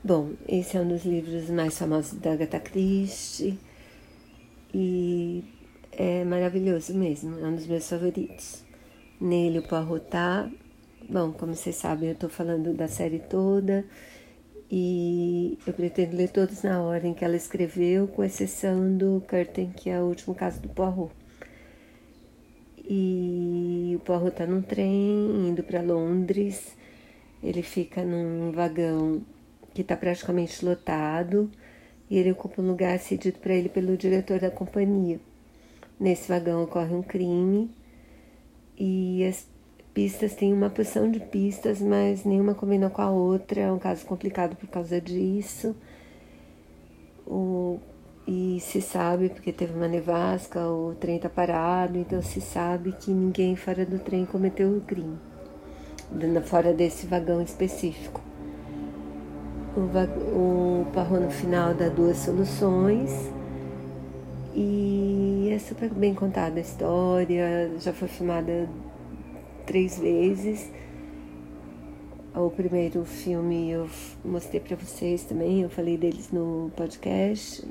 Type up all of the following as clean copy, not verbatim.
Bom, esse é um dos livros mais famosos da Agatha Christie e é maravilhoso mesmo, é um dos meus favoritos. Nele o Poirot tá... Bom, como vocês sabem, eu tô falando da série toda e eu pretendo ler todos na ordem que ela escreveu, com exceção do Curtain, que é o último caso do Poirot. E o Poirot tá num trem indo para Londres, ele fica num vagão que está praticamente lotado e ele ocupa um lugar cedido para ele pelo diretor da companhia. Nesse vagão ocorre um crime e as pistas têm uma porção de pistas, mas nenhuma combina com a outra. É um caso complicado por causa disso. E se sabe, porque teve uma nevasca, o trem está parado, então se sabe que ninguém fora do trem cometeu o crime, fora desse vagão específico. O Poirot no final dá 2 soluções e é super bem contada a história, já foi filmada 3 vezes. O primeiro filme eu mostrei para vocês também, eu falei dele no podcast.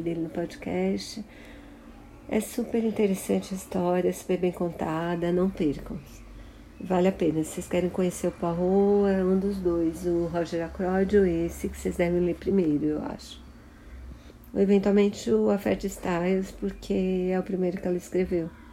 É super interessante a história, super bem contada, não percam. Vale a pena, se vocês querem conhecer o Poirot, é um dos dois, o Roger Ackroyd ou esse que vocês devem ler primeiro, eu acho. Ou eventualmente o A Fé de Styles, porque é o primeiro que ela escreveu.